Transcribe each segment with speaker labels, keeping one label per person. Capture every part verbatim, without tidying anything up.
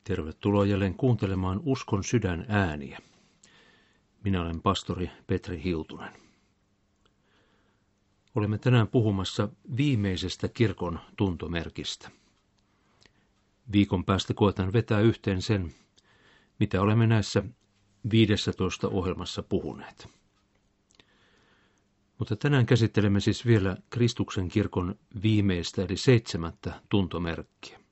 Speaker 1: Tervetuloa jälleen kuuntelemaan Uskon sydän ääniä. Minä olen pastori Petri Hiltunen. Olemme tänään puhumassa viimeisestä kirkon tuntomerkistä. Viikon päästä koetan vetää yhteen sen, mitä olemme näissä viidessätoista ohjelmassa puhuneet. Mutta tänään käsittelemme siis vielä Kristuksen kirkon viimeistä eli seitsemättä tuntomerkkiä.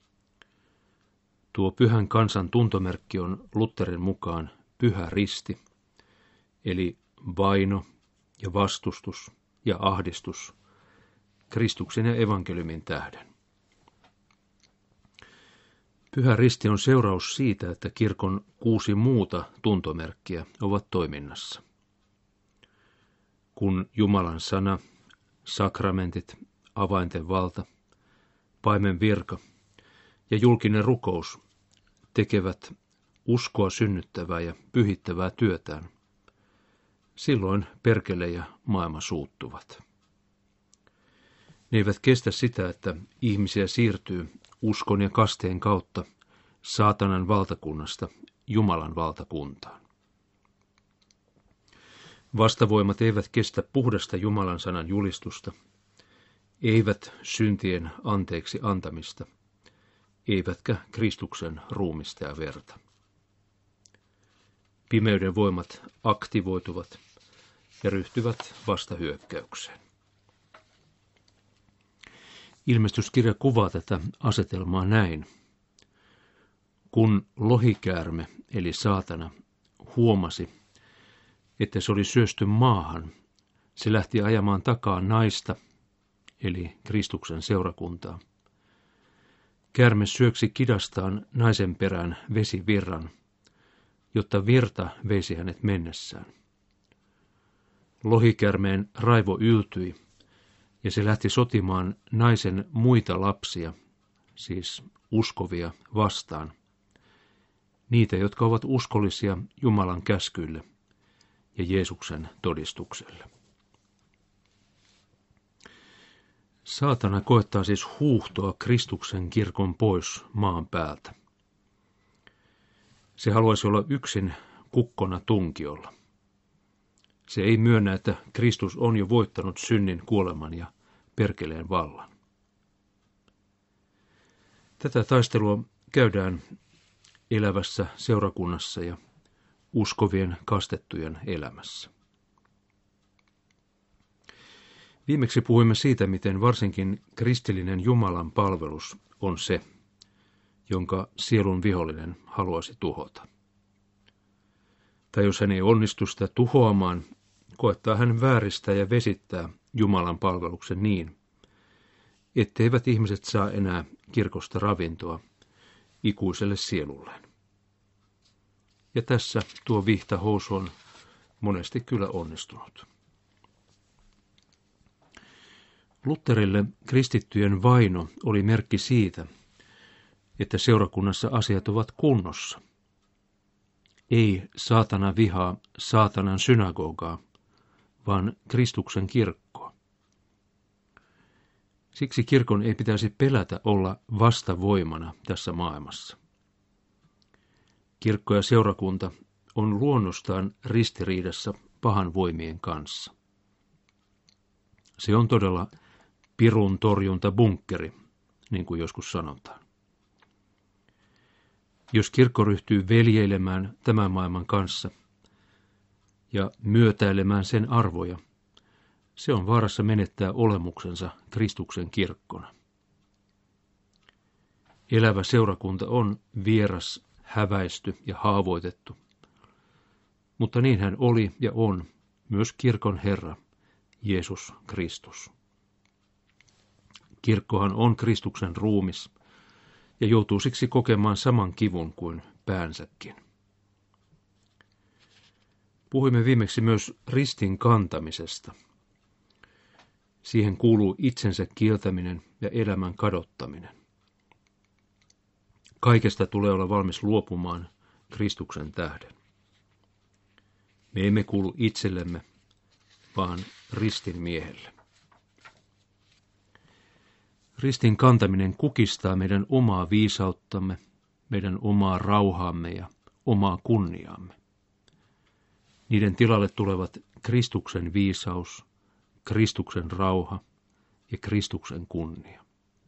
Speaker 1: Tuo pyhän kansan tuntomerkki on Lutherin mukaan pyhä risti, eli vaino ja vastustus ja ahdistus Kristuksen ja evankeliumin tähden. Pyhä risti on seuraus siitä, että kirkon kuusi muuta tuntomerkkiä ovat toiminnassa. Kun Jumalan sana, sakramentit, avainten valta, paimen virka ja julkinen rukous tekevät uskoa synnyttävää ja pyhittävää työtään, silloin perkele ja maailma suuttuvat. Ne eivät kestä sitä, että ihmisiä siirtyy uskon ja kasteen kautta saatanan valtakunnasta Jumalan valtakuntaan. Vastavoimat eivät kestä puhdasta Jumalan sanan julistusta, eivät syntien anteeksi antamista, eivätkä Kristuksen ruumista ja verta. Pimeyden voimat aktivoituvat ja ryhtyvät vastahyökkäykseen. Ilmestyskirja kuvaa tätä asetelmaa näin. Kun lohikäärme, eli saatana, huomasi, että se oli syösty maahan, se lähti ajamaan takaa naista, eli Kristuksen seurakuntaa. Käärme syöksi kidastaan naisen perään vesivirran, jotta virta veisi hänet mennessään. Lohikäärmeen raivo yltyi, ja se lähti sotimaan naisen muita lapsia, siis uskovia, vastaan, niitä, jotka ovat uskollisia Jumalan käskyille ja Jeesuksen todistukselle. Saatana koettaa siis huuhtoa Kristuksen kirkon pois maan päältä. Se haluaisi olla yksin kukkona tunkiolla. Se ei myönnä, että Kristus on jo voittanut synnin, kuoleman ja perkeleen vallan. Tätä taistelua käydään elävässä seurakunnassa ja uskovien kastettujen elämässä. Viimeksi puhuimme siitä, miten varsinkin kristillinen Jumalan palvelus on se, jonka sielun vihollinen haluaisi tuhota. Tai jos hän ei onnistu sitä tuhoamaan, koettaa hän vääristää ja vesittää Jumalan palveluksen niin, etteivät ihmiset saa enää kirkosta ravintoa ikuiselle sielulleen. Ja tässä tuo vihtahousu on monesti kyllä onnistunut. Lutherille kristittyjen vaino oli merkki siitä, että seurakunnassa asiat ovat kunnossa. Ei saatana vihaa saatanan synagogaa, vaan Kristuksen kirkkoa. Siksi kirkon ei pitäisi pelätä olla vastavoimana tässä maailmassa. Kirkko ja seurakunta on luonnostaan ristiriidassa pahan voimien kanssa. Se on todella pirun torjunta bunkkeri, niin kuin joskus sanotaan. Jos kirkko ryhtyy veljeilemään tämän maailman kanssa ja myötäilemään sen arvoja, se on vaarassa menettää olemuksensa Kristuksen kirkkona. Elävä seurakunta on vieras, häväisty ja haavoitettu, mutta niin hän oli ja on myös kirkon Herra, Jeesus Kristus. Kirkkohan on Kristuksen ruumis ja joutuu siksi kokemaan saman kivun kuin päänsäkin. Puhuimme viimeksi myös ristin kantamisesta. Siihen kuuluu itsensä kieltäminen ja elämän kadottaminen. Kaikesta tulee olla valmis luopumaan Kristuksen tähden. Me emme kuulu itsellemme, vaan ristin miehelle. Ristin kantaminen kukistaa meidän omaa viisauttamme meidän omaa rauhaamme ja omaa kunniaamme. Niiden tilalle tulevat Kristuksen viisaus, Kristuksen rauha ja Kristuksen kunnia.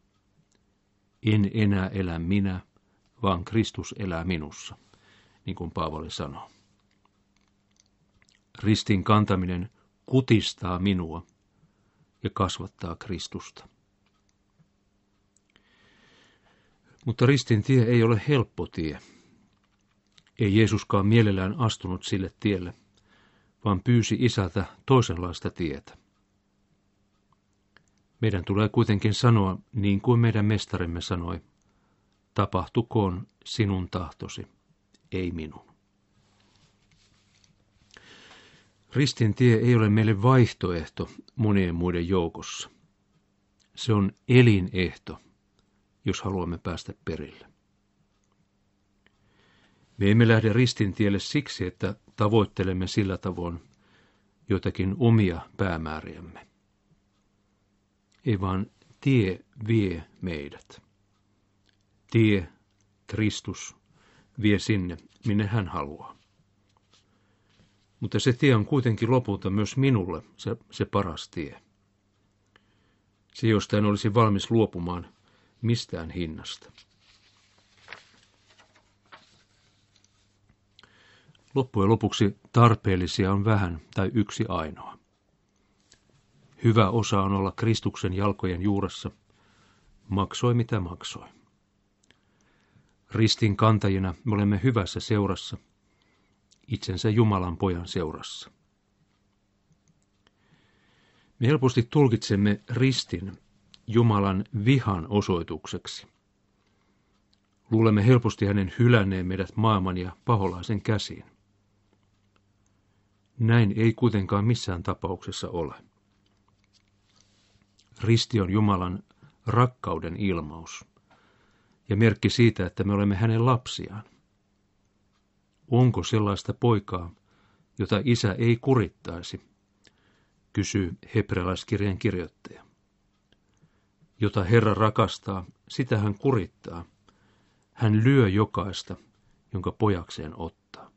Speaker 1: En enää elä minä, vaan Kristus elää minussa, niin kuin Paavali sanoo. Ristin kantaminen kutistaa minua ja kasvattaa Kristusta. Mutta ristin tie ei ole helppo tie. Ei Jeesuskaan mielellään astunut sille tielle, vaan pyysi Isältä toisenlaista tietä. Meidän tulee kuitenkin sanoa, niin kuin meidän mestarimme sanoi, tapahtukoon sinun tahtosi, ei minun. Ristin tie ei ole meille vaihtoehto monien muiden joukossa. Se on elinehto, jos haluamme päästä perille. Me emme lähde ristin tielle siksi, että tavoittelemme sillä tavoin joitakin omia päämääriämme. Ei vaan tie vie meidät. Tie, Kristus, vie sinne, minne hän haluaa. Mutta se tie on kuitenkin lopulta myös minulle se, se paras tie. Se, josta en olisi valmis luopumaan mistään hinnasta. Loppujen lopuksi tarpeellisia on vähän tai yksi ainoa. Hyvä osa on olla Kristuksen jalkojen juuressa, maksoi mitä maksoi. Ristin kantajina me olemme hyvässä seurassa, itsensä Jumalan pojan seurassa. Me helposti tulkitsemme ristin Jumalan vihan osoitukseksi. Luulemme helposti hänen hylänneen meidät maailman ja paholaisen käsiin. Näin ei kuitenkaan missään tapauksessa ole. Risti on Jumalan rakkauden ilmaus ja merkki siitä, että me olemme hänen lapsiaan. Onko sellaista poikaa, jota isä ei kurittaisi, kysyy hebrealaiskirjeen kirjoittaja. Jota Herra rakastaa, sitä hän kurittaa. Hän lyö jokaista, jonka pojakseen ottaa.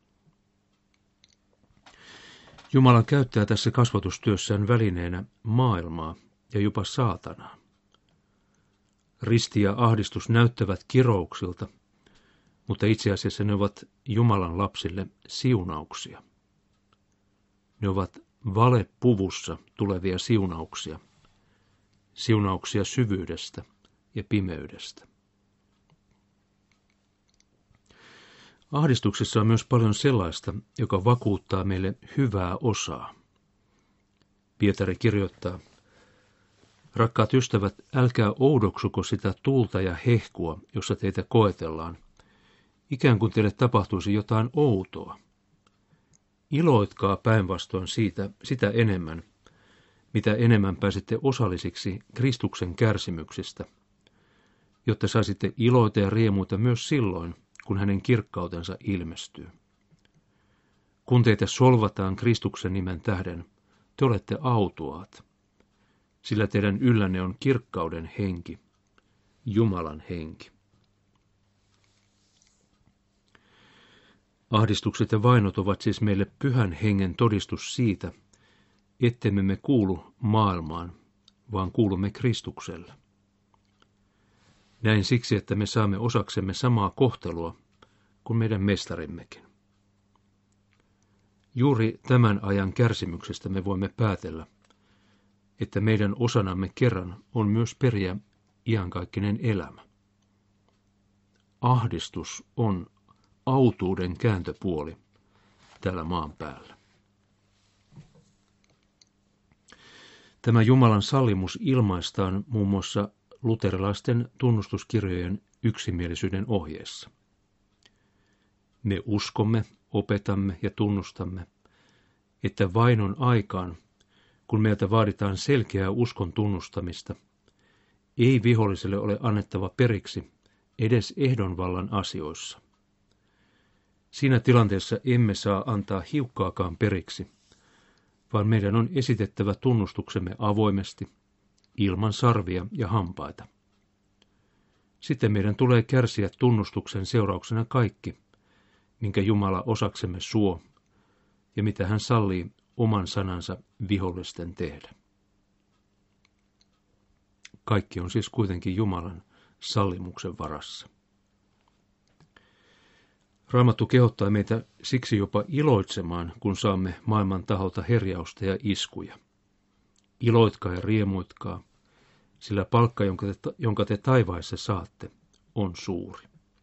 Speaker 1: Jumala käyttää tässä kasvatustyössään välineenä maailmaa ja jopa saatanaa. Risti ja ahdistus näyttävät kirouksilta, mutta itse asiassa ne ovat Jumalan lapsille siunauksia. Ne ovat valepuvussa tulevia siunauksia, siunauksia syvyydestä ja pimeydestä. Ahdistuksessa on myös paljon sellaista, joka vakuuttaa meille hyvää osaa. Pietari kirjoittaa, rakkaat ystävät, älkää oudoksuko sitä tuulta ja hehkua, jossa teitä koetellaan, ikään kuin teille tapahtuisi jotain outoa. Iloitkaa päinvastoin siitä sitä enemmän, mitä enemmän pääsitte osallisiksi Kristuksen kärsimyksistä, jotta saisitte iloita ja riemuita myös silloin, kun hänen kirkkautensa ilmestyy. Kun teitä solvataan Kristuksen nimen tähden, te olette autuaat, sillä teidän yllänne on kirkkauden henki, Jumalan henki. Ahdistukset ja vainot ovat siis meille pyhän hengen todistus siitä, ettemme me kuulu maailmaan, vaan kuulumme Kristukselle. Näin siksi, että me saamme osaksemme samaa kohtelua kuin meidän mestarimmekin. Juuri tämän ajan kärsimyksestä me voimme päätellä, että meidän osanamme kerran on myös periä iankaikkinen elämä. Ahdistus on autuuden kääntöpuoli tällä maan päällä. Tämä Jumalan sallimus ilmaistaan muun muassa luterilaisten tunnustuskirjojen yksimielisyyden ohjeessa. Me uskomme, opetamme ja tunnustamme, että vainon aikaan, kun meiltä vaaditaan selkeää uskon tunnustamista, ei viholliselle ole annettava periksi edes ehdonvallan asioissa. Siinä tilanteessa emme saa antaa hiukkaakaan periksi, vaan meidän on esitettävä tunnustuksemme avoimesti, ilman sarvia ja hampaita. sitten meidän tulee kärsiä tunnustuksen seurauksena kaikki, minkä Jumala osaksemme suo ja mitä hän sallii oman sanansa vihollisten tehdä. Kaikki on siis kuitenkin Jumalan sallimuksen varassa. Raamattu kehottaa meitä siksi jopa iloitsemaan, kun saamme maailman taholta herjausta ja iskuja. Iloitkaa ja riemuitkaa, sillä palkka, jonka te, jonka te taivaissa saatte, on suuri.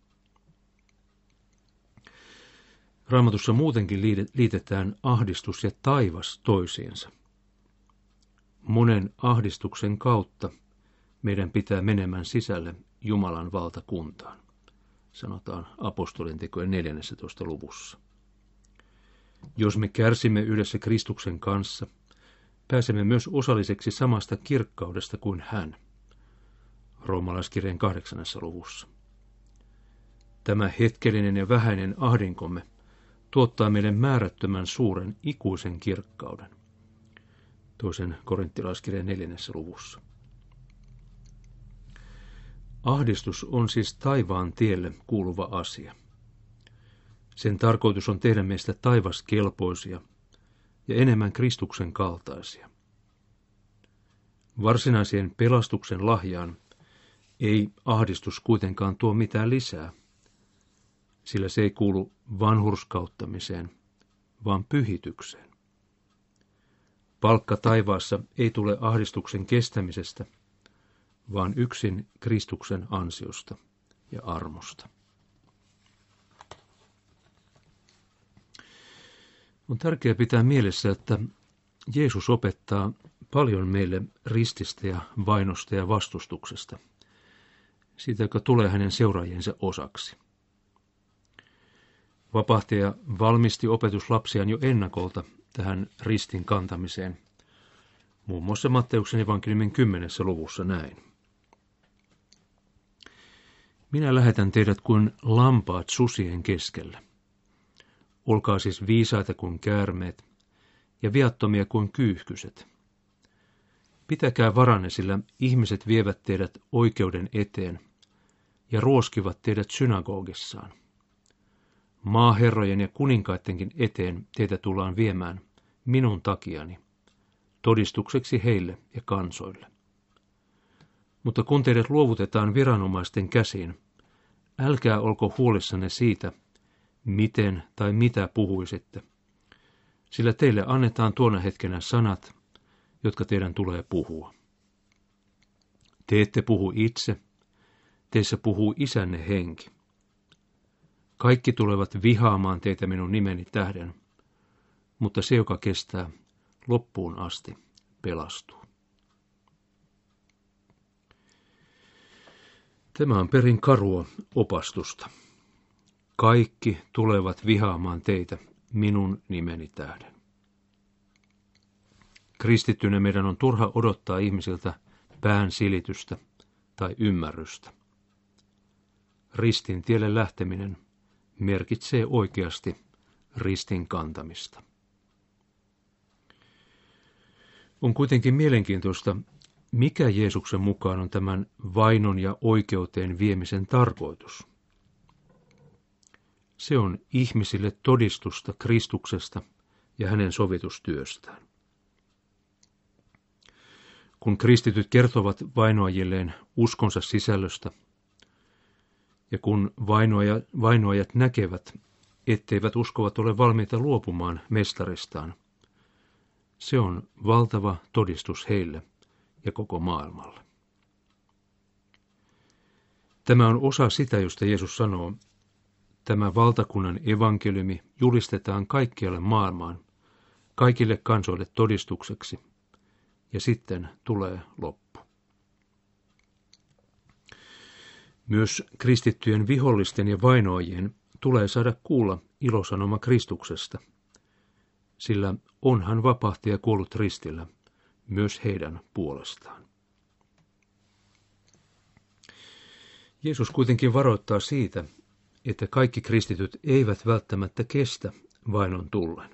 Speaker 1: Raamatussa muutenkin liitetään ahdistus ja taivas toisiinsa. Monen ahdistuksen kautta meidän pitää menemään sisälle Jumalan valtakuntaan, sanotaan apostolintekojen neljännentoista luvussa. Jos me kärsimme yhdessä Kristuksen kanssa, pääsemme myös osalliseksi samasta kirkkaudesta kuin hän, roomalaiskirjeen kahdeksannessa luvussa. Tämä hetkellinen ja vähäinen ahdinkomme tuottaa meille määrättömän suuren ikuisen kirkkauden, toisen korinttilaiskirjeen neljännessä luvussa. Ahdistus on siis taivaan tielle kuuluva asia. Sen tarkoitus on tehdä meistä taivaskelpoisia ja enemmän Kristuksen kaltaisia. Varsinaiseen pelastuksen lahjaan ei ahdistus kuitenkaan tuo mitään lisää, sillä se ei kuulu vanhurskauttamiseen, vaan pyhitykseen. Palkka taivaassa ei tule ahdistuksen kestämisestä, vaan yksin Kristuksen ansiosta ja armosta. On tärkeää pitää mielessä, että Jeesus opettaa paljon meille rististä ja vainosta ja vastustuksesta, siitä, joka tulee hänen seuraajiensa osaksi. Vapahtaja valmisti opetuslapsiaan jo ennakolta tähän ristin kantamiseen, muun muassa Matteuksen evankeliumin kymmenessä luvussa näin. Minä lähetän teidät kuin lampaat susien keskellä. Olkaa siis viisaita kuin käärmeet ja viattomia kuin kyyhkyset. Pitäkää varanne, sillä ihmiset vievät teidät oikeuden eteen ja ruoskivat teidät synagogissaan. Maaherrojen ja kuninkaittenkin eteen teitä tullaan viemään minun takiani, todistukseksi heille ja kansoille. Mutta kun teidät luovutetaan viranomaisten käsiin, älkää olko huolissanne siitä, miten tai mitä puhuisitte, sillä teille annetaan tuona hetkenä sanat, jotka teidän tulee puhua. Te ette puhu itse, teissä puhuu Isänne henki. Kaikki tulevat vihaamaan teitä minun nimeni tähden, mutta se, joka kestää loppuun asti, pelastuu. Tämä on perin karua opastusta. Kaikki tulevat vihaamaan teitä minun nimeni tähden. Kristittynä meidän on turha odottaa ihmisiltä pään silitystä tai ymmärrystä. Ristin tielle lähteminen merkitsee oikeasti ristin kantamista. On kuitenkin mielenkiintoista, mikä Jeesuksen mukaan on tämän vainon ja oikeuteen viemisen tarkoitus. Se on ihmisille todistusta Kristuksesta ja hänen sovitustyöstään. Kun kristityt kertovat vainoajilleen uskonsa sisällöstä, ja kun vainoaja, vainoajat näkevät, etteivät uskovat ole valmiita luopumaan mestaristaan, se on valtava todistus heille ja koko maailmalle. Tämä on osa sitä, josta Jeesus sanoo, tämä valtakunnan evankeliumi julistetaan kaikkialle maailmaan, kaikille kansoille todistukseksi, ja sitten tulee loppu. Myös kristittyjen vihollisten ja vainoajien tulee saada kuulla ilosanoma Kristuksesta, sillä onhan vapahtaja kuollut ristillä myös heidän puolestaan. Jeesus kuitenkin varoittaa siitä, että kaikki kristityt eivät välttämättä kestä vainon tullen.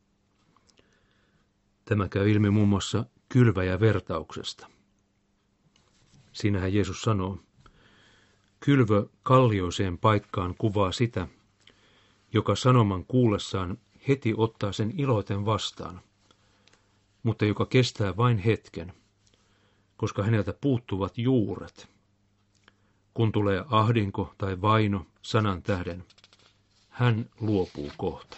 Speaker 1: Tämä käy ilmi muun muassa kylväjävertauksesta. Siinähän Jeesus sanoo, Kylvö kallioiseen paikkaan kuvaa sitä, joka sanoman kuullessaan heti ottaa sen iloiten vastaan, mutta joka kestää vain hetken, koska häneltä puuttuvat juuret. Kun tulee ahdinko tai vaino sanan tähden, hän luopuu kohta.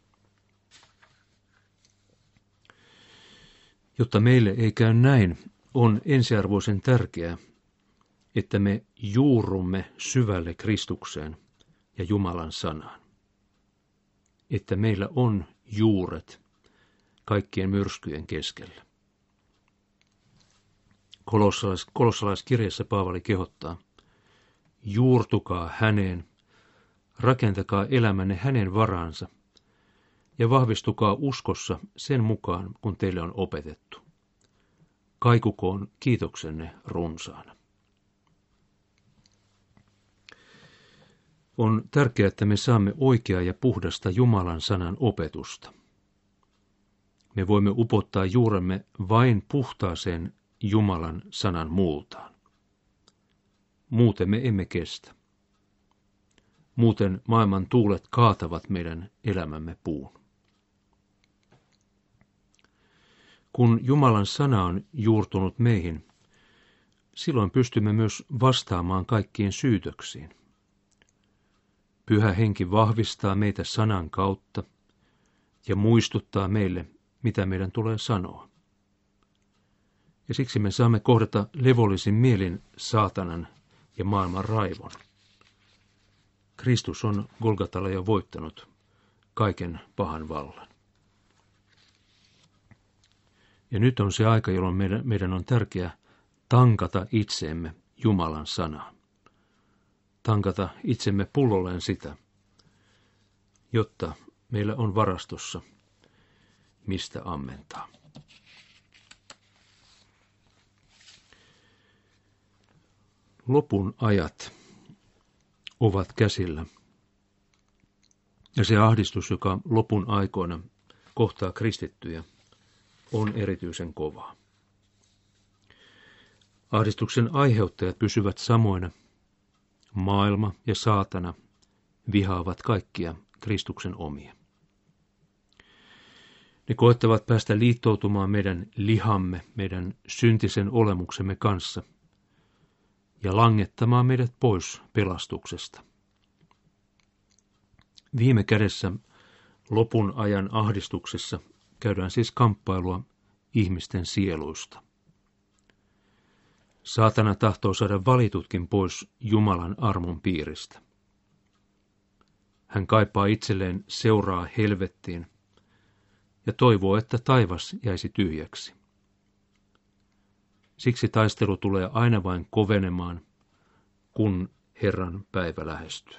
Speaker 1: Jotta meille ei käy näin, on ensiarvoisen tärkeää, että me juurrumme syvälle Kristukseen ja Jumalan sanaan. Että meillä on juuret kaikkien myrskyjen keskellä. Kolossalais, kolossalaiskirjassa Paavali kehottaa, juurtukaa häneen, rakentakaa elämänne hänen varaansa ja vahvistukaa uskossa sen mukaan, kun teille on opetettu. Kaikukoon kiitoksenne runsaana. On tärkeää, että me saamme oikeaa ja puhdasta Jumalan sanan opetusta. Me voimme upottaa juuremme vain puhtaaseen Jumalan sanan multaan. Muuten me emme kestä. Muuten maailman tuulet kaatavat meidän elämämme puun. Kun Jumalan sana on juurtunut meihin, silloin pystymme myös vastaamaan kaikkiin syytöksiin. Pyhä Henki vahvistaa meitä sanan kautta ja muistuttaa meille, mitä meidän tulee sanoa. Ja siksi me saamme kohdata levollisin mielin saatanan ja maailman raivon. Kristus on Golgatalla jo voittanut kaiken pahan vallan. Ja nyt on se aika, jolloin meidän, meidän on tärkeää tankata itseemme Jumalan sanaa. Tankata itsemme pullolleen sitä, jotta meillä on varastossa, mistä ammentaa. Lopun ajat ovat käsillä. Ja se ahdistus, joka lopun aikoina kohtaa kristittyjä, on erityisen kovaa. Ahdistuksen aiheuttajat pysyvät samoina. Maailma ja saatana vihaavat kaikkia Kristuksen omia. Ne koettavat päästä liittoutumaan meidän lihamme, meidän syntisen olemuksemme kanssa ja langettamaan meidät pois pelastuksesta. Viime kädessä lopun ajan ahdistuksessa käydään siis kamppailua ihmisten sieluista. Saatana tahtoo saada valitutkin pois Jumalan armon piiristä. Hän kaipaa itselleen seuraa helvettiin ja toivoo, että taivas jäisi tyhjäksi. Siksi taistelu tulee aina vain kovenemaan, kun Herran päivä lähestyy.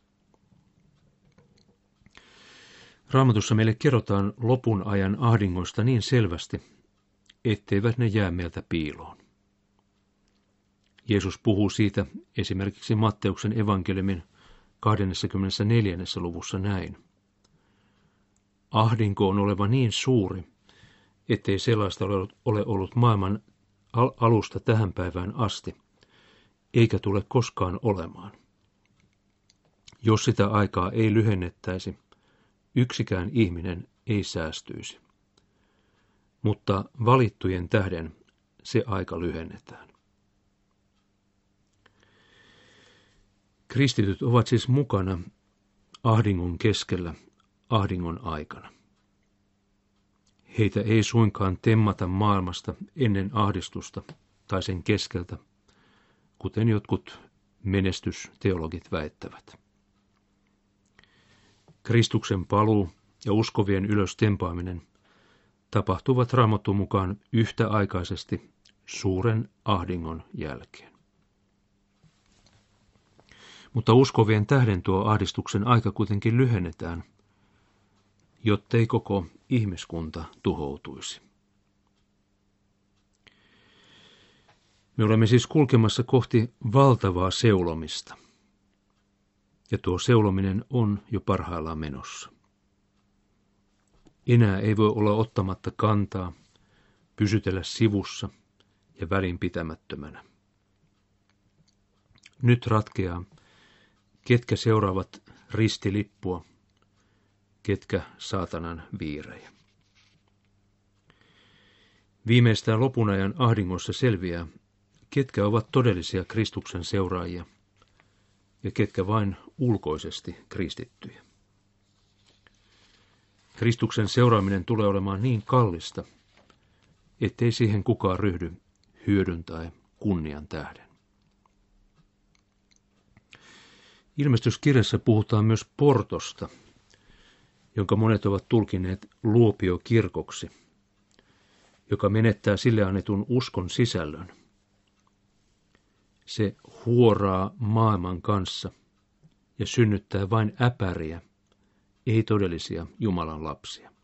Speaker 1: Raamatussa meille kerrotaan lopun ajan ahdingoista niin selvästi, etteivät ne jää meiltä piiloon. Jeesus puhuu siitä esimerkiksi Matteuksen evankeliumin kaksikymmentäneljännessä luvussa näin. Ahdinko on oleva niin suuri, ettei sellaista ole ollut maailman alusta tähän päivään asti, eikä tule koskaan olemaan. Jos sitä aikaa ei lyhennettäisi, yksikään ihminen ei säästyisi. Mutta valittujen tähden se aika lyhennetään. Kristityt ovat siis mukana ahdingon keskellä, ahdingon aikana. Heitä ei suinkaan temmata maailmasta ennen ahdistusta tai sen keskeltä, kuten jotkut menestysteologit väittävät. Kristuksen paluu ja uskovien ylös tempaaminen tapahtuvat Raamatun mukaan yhtäaikaisesti suuren ahdingon jälkeen. Mutta uskovien tähden tuo ahdistuksen aika kuitenkin lyhennetään, jottei koko ihmiskunta tuhoutuisi. Me olemme siis kulkemassa kohti valtavaa seulomista. Ja tuo seulominen on jo parhaillaan menossa. Enää ei voi olla ottamatta kantaa, pysytellä sivussa ja välinpitämättömänä. nyt ratkeaa, ketkä seuraavat ristilippua, ketkä saatanan viirejä. Viimeistään lopun ajan ahdingossa selviää, ketkä ovat todellisia Kristuksen seuraajia ja ketkä vain ulkoisesti kristittyjä. Kristuksen seuraaminen tulee olemaan niin kallista, ettei siihen kukaan ryhdy hyödyn tai kunnian tähden. Ilmestyskirjassa puhutaan myös portosta, jonka monet ovat tulkineet luopiokirkoksi, joka menettää sille annetun uskon sisällön. Se huoraa maailman kanssa ja synnyttää vain äpäriä, ei todellisia Jumalan lapsia.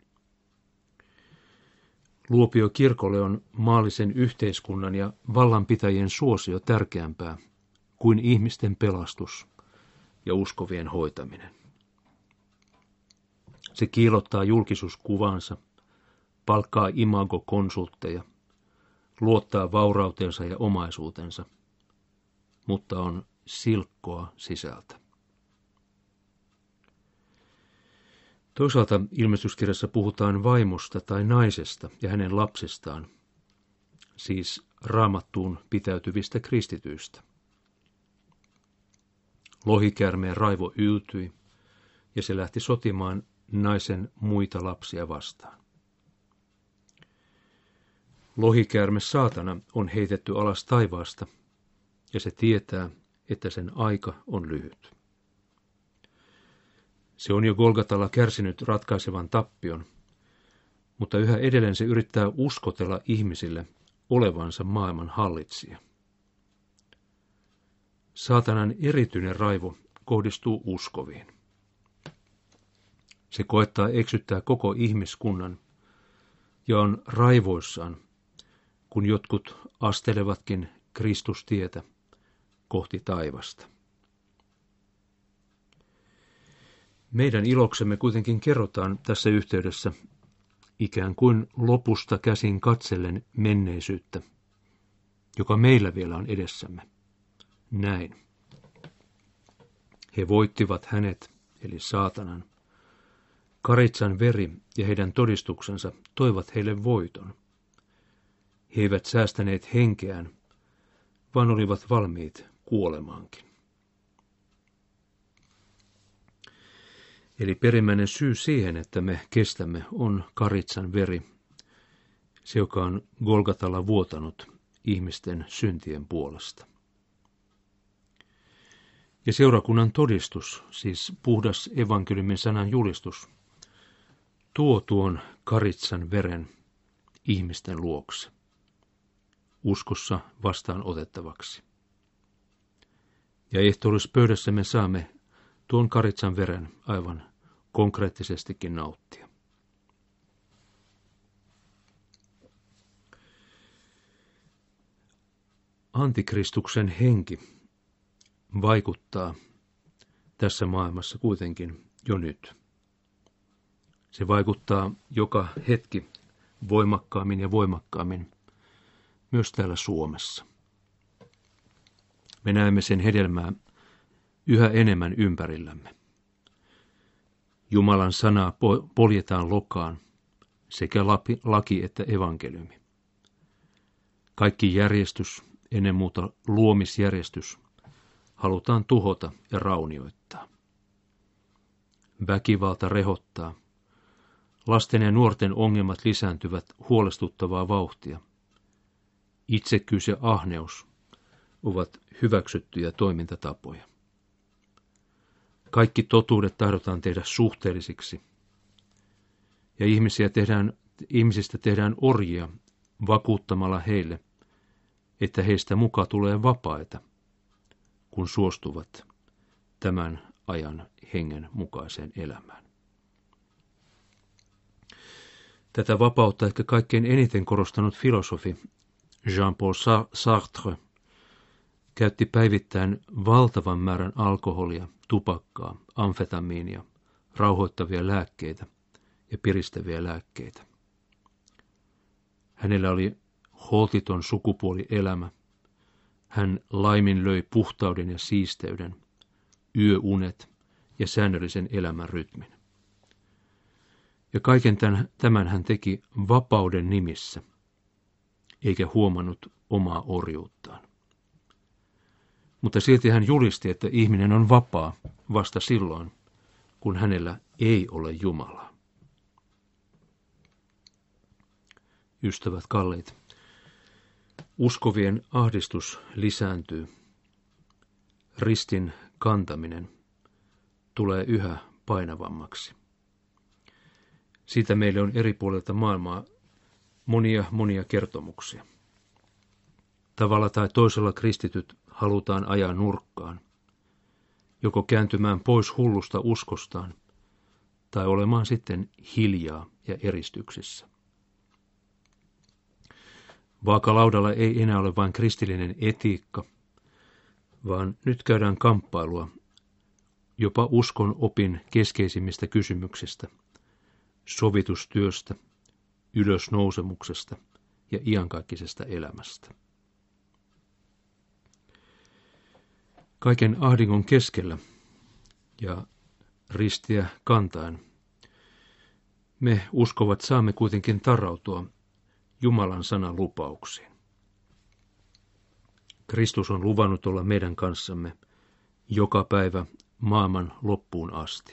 Speaker 1: Luopiokirkolle on maallisen yhteiskunnan ja vallanpitäjien suosio tärkeämpää kuin ihmisten pelastus ja uskovien hoitaminen. Se kiillottaa julkisuuskuvansa, palkkaa imagokonsultteja, luottaa vaurauteensa ja omaisuutensa, mutta on silkkoa sisältä. Toisaalta ilmestyskirjassa puhutaan vaimosta tai naisesta ja hänen lapsestaan, siis raamattuun pitäytyvistä kristityistä. Lohikäärmeen raivo yltyi ja se lähti sotimaan naisen muita lapsia vastaan. Lohikäärme saatana on heitetty alas taivaasta ja se tietää, että sen aika on lyhyt. Se on jo Golgatalla kärsinyt ratkaisevan tappion, mutta yhä edelleen se yrittää uskotella ihmisille olevansa maailman hallitsija. Saatanan erityinen raivo kohdistuu uskoviin. Se koettaa eksyttää koko ihmiskunnan ja on raivoissaan, kun jotkut astelevatkin Kristustietä kohti taivasta. Meidän iloksemme kuitenkin kerrotaan tässä yhteydessä ikään kuin lopusta käsin katsellen menneisyyttä, joka meillä vielä on edessämme. Näin. He voittivat hänet, eli saatanan. Karitsan veri ja heidän todistuksensa toivat heille voiton. He eivät säästäneet henkeään, vaan olivat valmiit kuolemaankin. Eli perimmäinen syy siihen, että me kestämme, on karitsan veri, se joka on Golgatalla vuotanut ihmisten syntien puolesta. Ja seurakunnan todistus, siis puhdas evankeliumin sanan julistus, tuo tuon karitsan veren ihmisten luokse, uskossa vastaan otettavaksi. Ja ehtoollispöydässä me saamme tuon karitsan veren aivan konkreettisestikin nauttia. Antikristuksen henki vaikuttaa tässä maailmassa kuitenkin jo nyt. Se vaikuttaa joka hetki voimakkaammin ja voimakkaammin myös täällä Suomessa. Me näemme sen hedelmää yhä enemmän ympärillämme. Jumalan sanaa poljetaan lokaan, sekä laki että evankeliumi. Kaikki järjestys, ennen muuta luomisjärjestys, halutaan tuhota ja raunioittaa. Väkivalta rehottaa. Lasten ja nuorten ongelmat lisääntyvät huolestuttavaa vauhtia. Itsekkyys ja ahneus ovat hyväksyttyjä toimintatapoja. Kaikki totuudet tahdotaan tehdä suhteellisiksi, ja ihmisiä tehdään, ihmisistä tehdään orjia vakuuttamalla heille, että heistä muka tulee vapaita, kun suostuvat tämän ajan hengen mukaiseen elämään. Tätä vapautta ehkä kaikkein eniten korostanut filosofi Jean-Paul Sartre käytti päivittäin valtavan määrän alkoholia, tupakkaa, amfetamiinia, rauhoittavia lääkkeitä ja piristäviä lääkkeitä. Hänellä oli holtiton sukupuolielämä Hän laiminlöi puhtauden ja siisteyden, yöunet ja säännöllisen elämän rytmin. Ja kaiken tämän hän teki vapauden nimissä, eikä huomannut omaa orjuuttaan. Mutta silti hän julisti, että ihminen on vapaa vasta silloin, kun hänellä ei ole Jumalaa. Ystävät kalliit, uskovien ahdistus lisääntyy. Ristin kantaminen tulee yhä painavammaksi. Siitä meille on eri puolilta maailmaa monia monia kertomuksia. Tavalla tai toisella kristityt halutaan ajaa nurkkaan, joko kääntymään pois hullusta uskostaan tai olemaan sitten hiljaa ja eristyksissä. Vaakalaudalla ei enää ole vain kristillinen etiikka, vaan nyt käydään kamppailua jopa uskon opin keskeisimmistä kysymyksistä, sovitustyöstä, ylösnousemuksesta ja iankaikkisesta elämästä. Kaiken ahdingon keskellä ja ristiä kantaen me uskovat saamme kuitenkin tarrautua Jumalan sanan lupauksiin. Kristus on luvannut olla meidän kanssamme joka päivä maailman loppuun asti.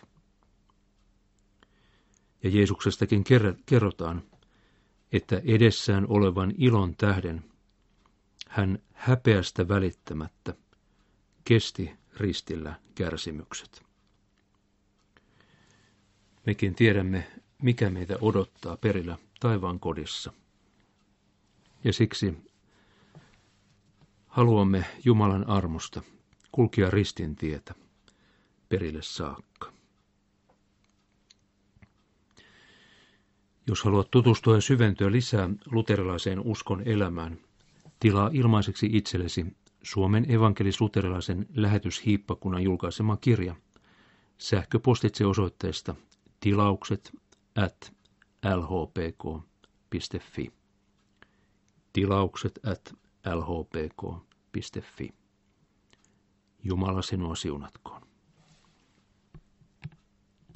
Speaker 1: Ja Jeesuksestakin kerrotaan, että edessään olevan ilon tähden hän häpeästä välittämättä kesti ristillä kärsimykset. Mekin tiedämme, mikä meitä odottaa perillä taivaan kodissa. Ja siksi haluamme Jumalan armosta kulkea ristin tietä perille saakka. Jos haluat tutustua ja syventyä lisää luterilaiseen uskon elämään, tilaa ilmaiseksi itsellesi Suomen evankelis-luterilaisen lähetyshiippakunnan julkaisema kirja sähköpostitse osoitteesta tilaukset at l h p k piste f i. Tilaukset at l h p k piste f i. Jumala sinua siunatko.